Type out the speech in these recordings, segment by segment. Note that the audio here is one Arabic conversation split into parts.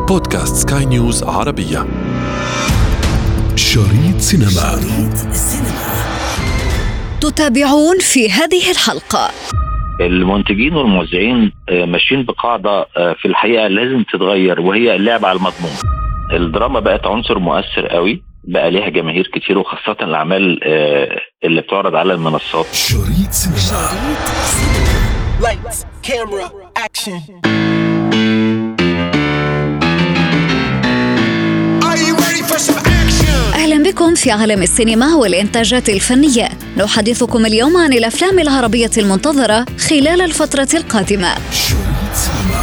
بودكاست سكاي نيوز عربية. شريط سينما. تتابعون في هذه الحلقة. المنتجين والموزعين ماشيين بقاعدة في الحقيقة لازم تتغير، وهي اللعب على المضمون. الدراما بقت عنصر مؤثر قوي، بقى ليها جماهير كتير، وخاصة الأعمال اللي بتعرض على المنصات. شريط سينما. Lights, camera, action. Are you ready for some action? أهلا بكم في عالم السينما والإنتاجات الفنية. نحدثكم اليوم عن الأفلام العربية المنتظرة خلال الفترة القادمة. شريط سينما.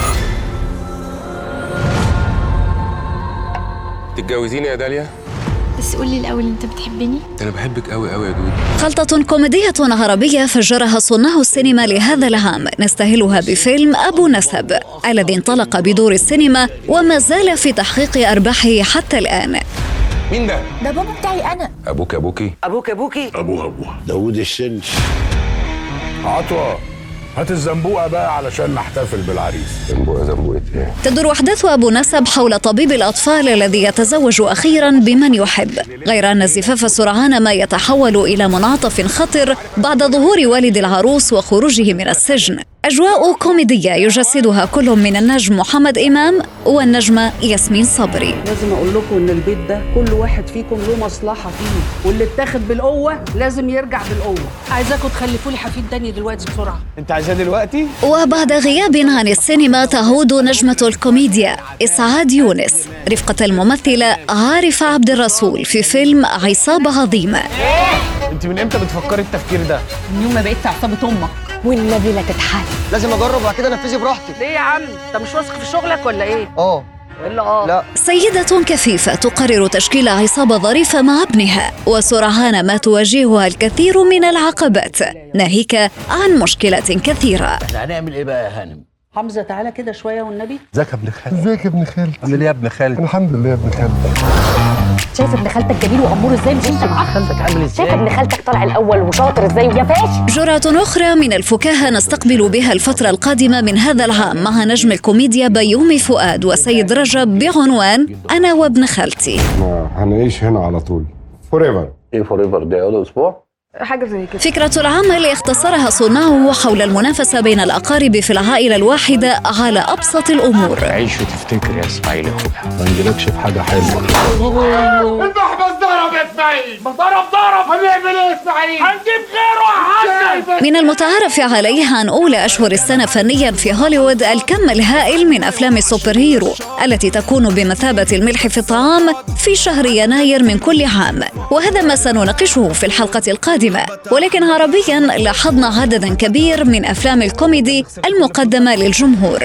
تتجوزيني يا داليا؟ بس قولي الأول، أنت بتحبني؟ أنا بحبك قوي قوي يا دودي. خلطة كوميدية عربية فجرها صناع السينما لهذا العام، نستهلها بفيلم أبو نسب الذي انطلق بدور السينما وما زال في تحقيق أرباحه حتى الآن. مين ده؟ ده بابا بتاعي أنا. أبوكي؟ أبوها داود السنش. عطوة، هات الزنبوقة بقى علشان نحتفل بالعريس. زنبوقة إيه؟ تدور أحداث أبو نسب حول طبيب الأطفال الذي يتزوج أخيراً بمن يحب، غير أن الزفاف سرعان ما يتحول إلى منعطف خطر بعد ظهور والد العروس وخروجه من السجن. أجواء كوميدية يجسدها كل من النجم محمد إمام والنجمة ياسمين صبري. لازم أقول لكم إن البيت ده كل واحد فيكم له مصلحة فيه، واللي اتاخد بالقوة لازم يرجع بالقوة. عايزاكم تخلفوا لي حفيد تاني دلوقتي بسرعة. أنت عايزاه دلوقتي؟ وبعد غياب عن السينما تعود نجمة الكوميديا إسعاد يونس رفقة الممثلة عارفة عبد الرسول في فيلم عصابة عظيمة. أنت من إمتى بتفكري التفكير ده؟ من يوم ما بقيت في عصابة أمك. والنبي لا تتحل. لازم أجرب وبعد كده أنفذي براحتي. ليه يا عم؟ أنت مش واثق في شغلك ولا إيه؟ إلا لا. سيدة كفيفة تقرر تشكيل عصابة ظريفة مع ابنها، وسرعان ما تواجهها الكثير من العقبات، ناهيك عن مشكلة كثيرة. إحنا هنعمل إيه بقى يا هانم؟ حمزة تعالى كده شوية والنبي. ازيك يا ابن خالد؟ عامل ايه يا ابن خالد؟ الحمد لله يا ابن خالد. شايف ابن خالتك جميل وأمور ازاي مش انت معاه؟ خالتك عامل إزاي؟ شايف ابن خالتك طالع الأول وشاطر ازاي ويا فاشل؟ جرعة أخرى من الفكاهة نستقبل بها الفترة القادمة من هذا العام مع نجم الكوميديا بيومي فؤاد وسيد رجب بعنوان أنا وابن خالتي. هنعيش هنا على طول forever. إيه فوريفر ده؟ يقعدوا أسبوع؟ حاجة زي كده. فكرة العمل اختصرها صناعه حول المنافسة بين الأقارب في العائلة الواحدة على أبسط الأمور. عيش وتفتكر يا إسماعيل أخويا. ما نجيلكش في حاجة حلوة. المحبس ضرب يا إسماعيل. ضرب هنعمل إيه إسماعيل؟ هنجيب غيره. من المتعارف عليه عن أولى أشهر السنة فنيا في هوليوود الكم الهائل من أفلام السوبر هيرو التي تكون بمثابة الملح في الطعام في شهر يناير من كل عام، وهذا ما سنناقشه في الحلقة القادمة. ولكن عربيا لاحظنا عددا كبير من أفلام الكوميدي المقدمة للجمهور.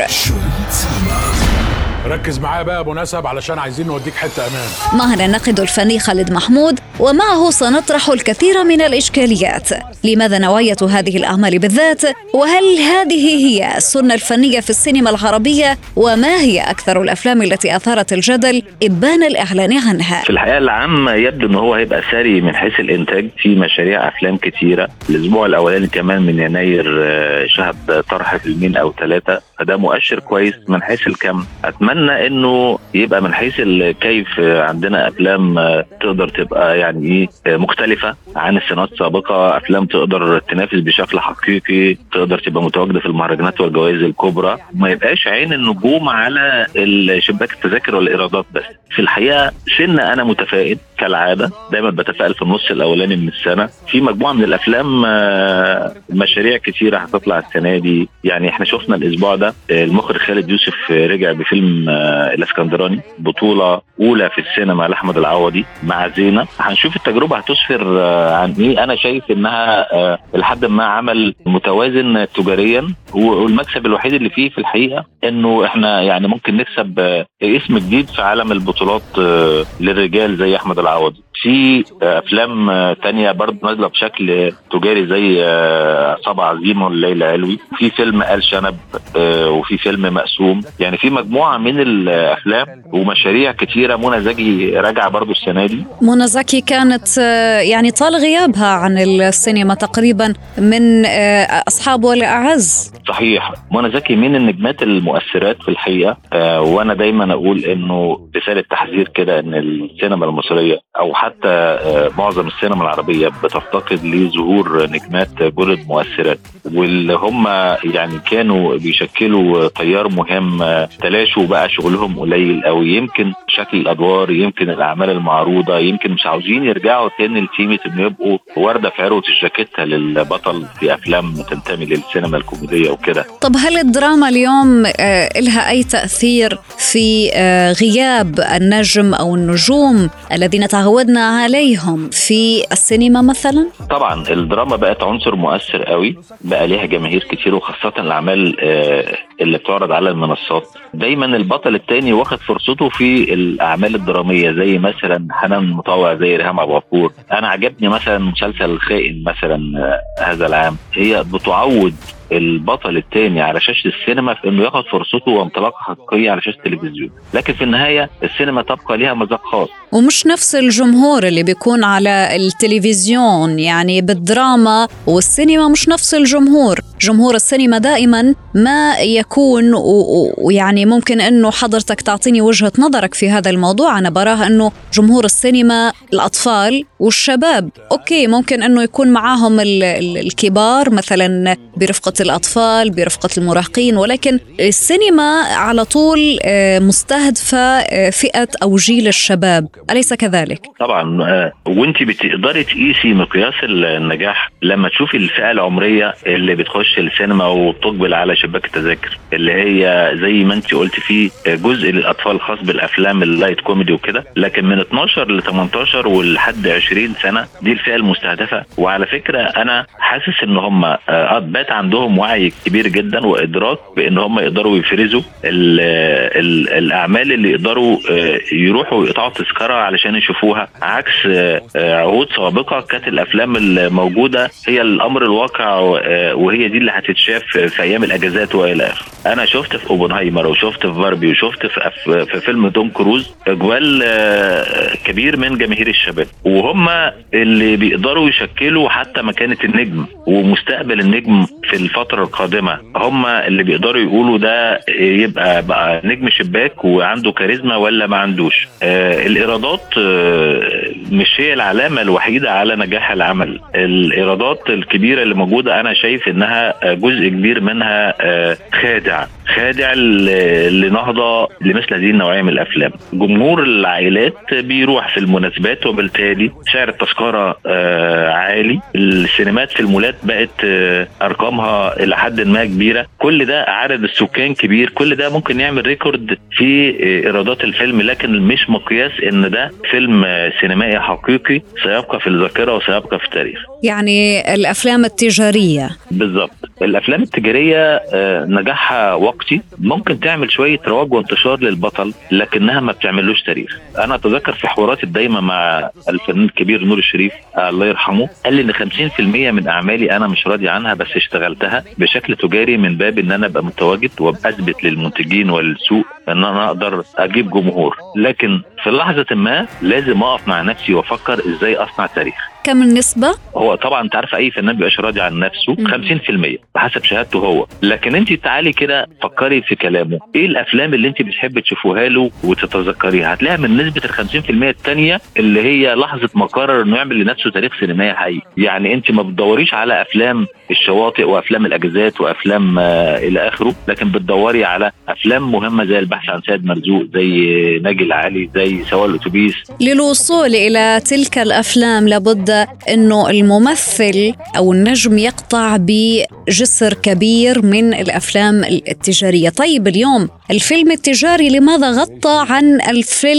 ركز معايا بقى أبو نسب علشان عايزين نوديك حتة أمان. معنا الناقد الفني خالد محمود، ومعه سنطرح الكثير من الإشكاليات. لماذا نوعية هذه الأعمال بالذات؟ وهل هذه هي السنة الفنية في السينما العربية؟ وما هي أكثر الأفلام التي أثارت الجدل إبان الإعلان عنها؟ في الحقيقة العام يبدو أنه هو هيبقى ساري من حيث الإنتاج، في مشاريع أفلام كتيرة. الأسبوع الأولاني كمان من يناير شهد طرح فيلمين أو 3، فده مؤشر كويس من حيث الكم. أتمنى انه يبقى من حيث الكيف عندنا افلام تقدر تبقى يعني مختلفة عن السنوات السابقة، افلام تقدر تنافس بشكل حقيقي، تقدر تبقى متواجدة في المهرجانات والجوائز الكبرى، ما يبقاش عين النجوم على شباك التذاكر والايرادات بس. في الحقيقة سنة انا متفائل كالعادة، دايما بتفائل في النص الاولاني من السنة. في مجموعة من الافلام مشاريع كتيرة هتطلع السنة دي. يعني احنا شفنا الاسبوع ده المخرج خالد يوسف رجع بفيلم الاسكندراني، بطولة أولى في السينما لأحمد العوضي مع زينة. هنشوف التجربة هتسفر عن إيه. أنا شايف إنها لحد ما عمل متوازن تجاريا، والمكسب الوحيد اللي فيه في الحقيقة إنه إحنا يعني ممكن نكسب اسم جديد في عالم البطولات للرجال زي أحمد العوضي. في افلام تانية برضه نازله بشكل تجاري زي عصابة عظيمة والليلة علوي، في فيلم آل شنب، وفي فيلم مقسوم. يعني في مجموعة من الافلام ومشاريع كتيرة. منى زكي راجعة برضه السنة دي. منى زكي كانت يعني طال غيابها عن السينما تقريبا من أصحاب ولا أعز. صحيح، منى زكي من النجمات المؤثرات في الحقيقة. وانا دايما اقول انه رسالة تحذير كده ان السينما المصرية او حتى معظم السينما العربية بتفتقد لظهور نجمات جدد مؤثرات، واللي هم يعني كانوا بيشكلوا تيار مهم تلاشوا بقى شغلهم قليل او يمكن شكل الادوار، يمكن الاعمال المعروضة، يمكن مش عاوزين يرجعوا تاني لتيمة انه يبقوا وردة في عروة الجاكيتة للبطل في افلام تنتمي للسينما الكوميدية وكده. طب هل الدراما اليوم لها اي تأثير في غياب النجم او النجوم الذين تعودنا عليهم في السينما مثلا؟ طبعا الدراما بقت عنصر مؤثر قوي، بقى ليها جماهير كتير، وخاصة الاعمال اللي بتعرض على المنصات. دايما البطل التاني واخد فرصته في الاعمال الدرامية، زي مثلا حنان مطوع، زي ريهام عبد الغفور. انا عجبني مثلا مسلسل الخائن مثلا هذا العام، هي بتعود البطل الثاني على شاشة السينما في انه ياخد فرصته وانطلاقه حقيقية على شاشة التلفزيون، لكن في النهاية السينما تبقى ليها مذاق خاص ومش نفس الجمهور اللي بيكون على التلفزيون. يعني بالدراما والسينما مش نفس الجمهور. جمهور السينما دائما ما يكون ويعني ممكن انه حضرتك تعطيني وجهة نظرك في هذا الموضوع. انا براه انه جمهور السينما الاطفال والشباب، اوكي ممكن انه يكون معاهم الكبار مثلا برفقة الأطفال برفقة المراهقين، ولكن السينما على طول مستهدفة فئة أو جيل الشباب، أليس كذلك؟ طبعا. وانت بتقدري تقيسي مقياس النجاح لما تشوفي الفئة العمرية اللي بتخش السينما وتقبل على شباك التذاكر، اللي هي زي ما انت قلت في جزء للأطفال خاص بالأفلام اللايت كوميدي وكده، لكن من 12 ل 18 ولحد 20 سنة دي الفئة المستهدفة. وعلى فكرة أنا حاسس إن هم بات عندهم وعي كبير جدا وإدراك بأن هم يقدروا يفرزوا الأعمال اللي يقدروا يروحوا يقطعوا تذكرة علشان يشوفوها، عكس عهود سابقة كانت الأفلام الموجودة هي الأمر الواقع، وهي دي اللي هتتشاف في أيام الأجازات وإلى آخره. أنا شفت في أوبنهايمر وشفت في باربي وشفت في فيلم توم كروز إقبال كبير من جماهير الشباب، وهم اللي بيقدروا يشكلوا حتى مكانة النجم ومستقبل النجم في الفترة القادمة. هم اللي بيقدروا يقولوا ده يبقى بقى نجم شباك وعنده كاريزما ولا ما عندوش. الإيرادات مش هي العلامة الوحيدة على نجاح العمل. الإيرادات الكبيرة اللي موجودة أنا شايف إنها جزء كبير منها خادع لنهضة لمثل هذه النوعية من الأفلام. جمهور العائلات بيروح في المناسبات، وبالتالي سعر التذكرة عالي. السينمات في المولات بقت أرقامها إلى حد ما كبيرة. كل ده عدد السكان كبير، كل ده ممكن يعمل ريكورد في إيرادات الفيلم، لكن مش مقياس إن ده فيلم سينمائي حقيقي سيبقى في الذاكرة وسيبقى في التاريخ. يعني الأفلام التجارية بالضبط. الأفلام التجارية نجاحها وقتي، ممكن تعمل شوية رواج وانتشار للبطل لكنها ما بتعملوش تاريخ. أنا أتذكر في حواراتي الدايمة مع الفنان الكبير نور الشريف الله يرحمه، قال لي إن 50% من أعمالي أنا مش راضي عنها، بس اشتغلتها بشكل تجاري من باب إن أنا أبقى متواجد وأثبت للمنتجين والسوق إن أنا أقدر أجيب جمهور، لكن في لحظة ما لازم أقف مع نفسي وأفكر إزاي أصنع تاريخ. كم النسبة؟ هو طبعا انت عارف اي فنان بيبقاش راضي عن نفسه 50% بحسب شهادته هو، لكن انت تعالي كده فكري في كلامه، ايه الافلام اللي انت بتحب تشوفوها له وتتذكريها؟ هتلاقيها من نسبة 50% التانية اللي هي لحظة ما قرر انه يعمل لنفسه تاريخ سينمائي حقيقي. يعني انت ما بتدوريش على افلام الشواطئ وافلام الاجازات وافلام الى اخره، لكن بتدوري على افلام مهمة زي البحث عن سيد مرزوق، زي ناجي العالي، زي سواق الاتوبيس. للوصول الى تلك الافلام لابد انه الممثل او النجم يقطع بجسر كبير من الافلام التجارية. طيب اليوم الفيلم التجاري لماذا غطى عن الفيلم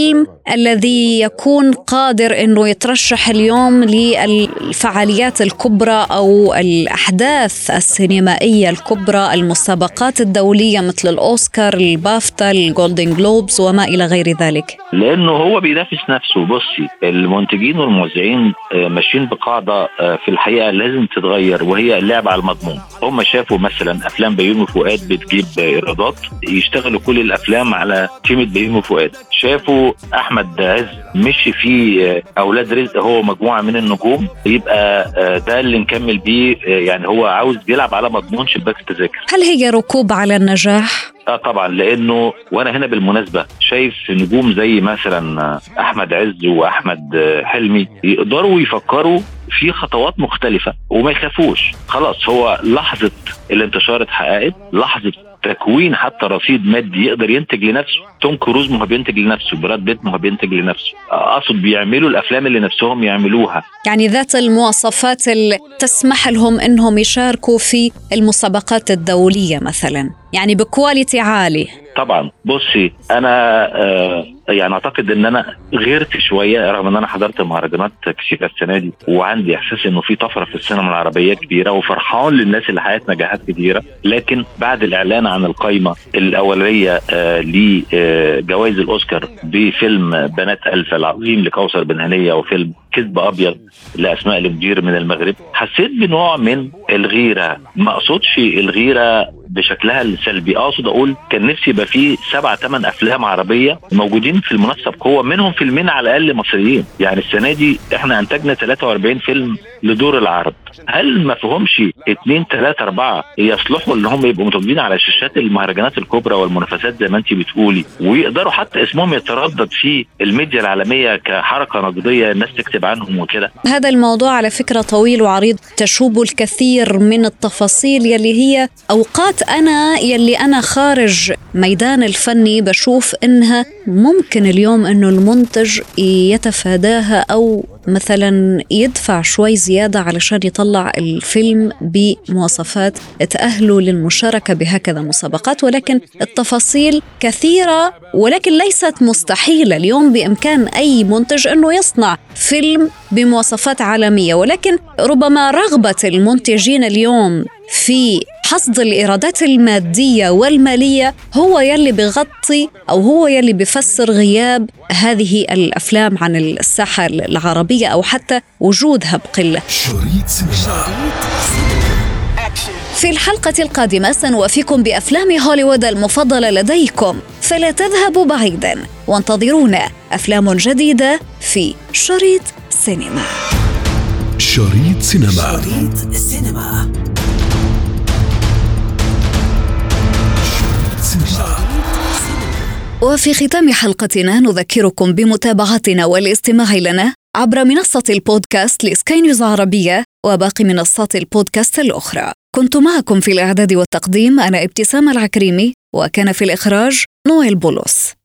الذي يكون قادر أنه يترشح اليوم للفعاليات الكبرى أو الأحداث السينمائية الكبرى، المسابقات الدولية مثل الأوسكار، البافتا، الجولدن جلوبز وما إلى غير ذلك؟ لأنه هو بينافس نفسه. بصي، المنتجين والموزعين ماشيين بقاعدة في الحقيقة لازم تتغير، وهي اللعب على المضمون. هم شافوا مثلا أفلام بيومي فؤاد بتجيب إيرادات، يشتغلوا كل الأفلام على تيمة بيومي فؤاد. شافوا أحمد عز مشي في أولاد رزق هو مجموعة من النجوم، يبقى ده اللي نكمل بيه. يعني هو عاوز يلعب على مضمون شباك التذاكر. هل هي ركوب على النجاح؟ طبعا، لانه وانا هنا بالمناسبه شايف نجوم زي مثلا احمد عز واحمد حلمي يقدروا يفكروا في خطوات مختلفه وما يخافوش. خلاص، هو لحظه الانتشار اتحققت، لحظه تكوين حتى رصيد مادي يقدر ينتج لنفسه. توم كروز ما بينتج لنفسه، براد بيت ما بينتج لنفسه. اقصد بيعملوا الافلام اللي نفسهم يعملوها، يعني ذات المواصفات اللي تسمح لهم انهم يشاركوا في المسابقات الدولية مثلا، يعني بكواليتي عالي. طبعا. بصي، انا يعني اعتقد ان انا غيرت شويه، رغم ان انا حضرت مهرجانات كثيره السنه دي، وعندي احساس انه في طفره في السينما العربيه كبيره، وفرحان للناس اللي حققت نجاحات كبيره. لكن بعد الاعلان عن القائمه الاوليه لجوائز الاوسكار بفيلم بنات الف العظيم لكوثر بن هنيه، وفيلم كذب ابيض لاسماء المدير من المغرب، حسيت بنوع من الغيره. ما اقصدش الغيره بشكلها السلبي، اقصد اقول كان نفسي يبقى فيه 7-8 افلام عربيه موجودين في المنافسه بقوه، منهم فيلمين على الاقل مصريين. يعني السنه دي احنا انتجنا 43 فيلم لدور العرض، هل ما فيهمش 2 3 4 يصلحوا ان هم يبقوا متواجدين على شاشات المهرجانات الكبرى والمنافسات زي ما انت بتقولي، ويقدروا حتى اسمهم يتردد في الميديا العالميه كحركه نقديه الناس تكتب عنهم وكده؟ هذا الموضوع على فكره طويل وعريض، تشوب الكثير من التفاصيل يلي هي اوقات يلي انا خارج ميدان الفني بشوف انها ممكن اليوم انه المنتج يتفاداها او مثلا يدفع شوي زيادة علشان يطلع الفيلم بمواصفات تأهله للمشاركة بهكذا مسابقات. ولكن التفاصيل كثيرة، ولكن ليست مستحيلة. اليوم بإمكان أي منتج أنه يصنع فيلم بمواصفات عالمية، ولكن ربما رغبة المنتجين اليوم في حصد الإيرادات المادية والمالية هو يلي بغطي أو هو يلي بفسر غياب هذه الأفلام عن الساحة العربية أو حتى وجودها بقلة. في الحلقة القادمة سنوافيكم بأفلام هوليوود المفضلة لديكم، فلا تذهبوا بعيدا وانتظرونا أفلام جديدة في شريط سينما. شريط سينما. وفي ختام حلقتنا نذكركم بمتابعتنا والاستماع لنا عبر منصة البودكاست لسكاي نيوز عربية وباقي منصات البودكاست الأخرى. كنت معكم في الإعداد والتقديم أنا ابتسام العكريمي، وكان في الإخراج نويل بولس.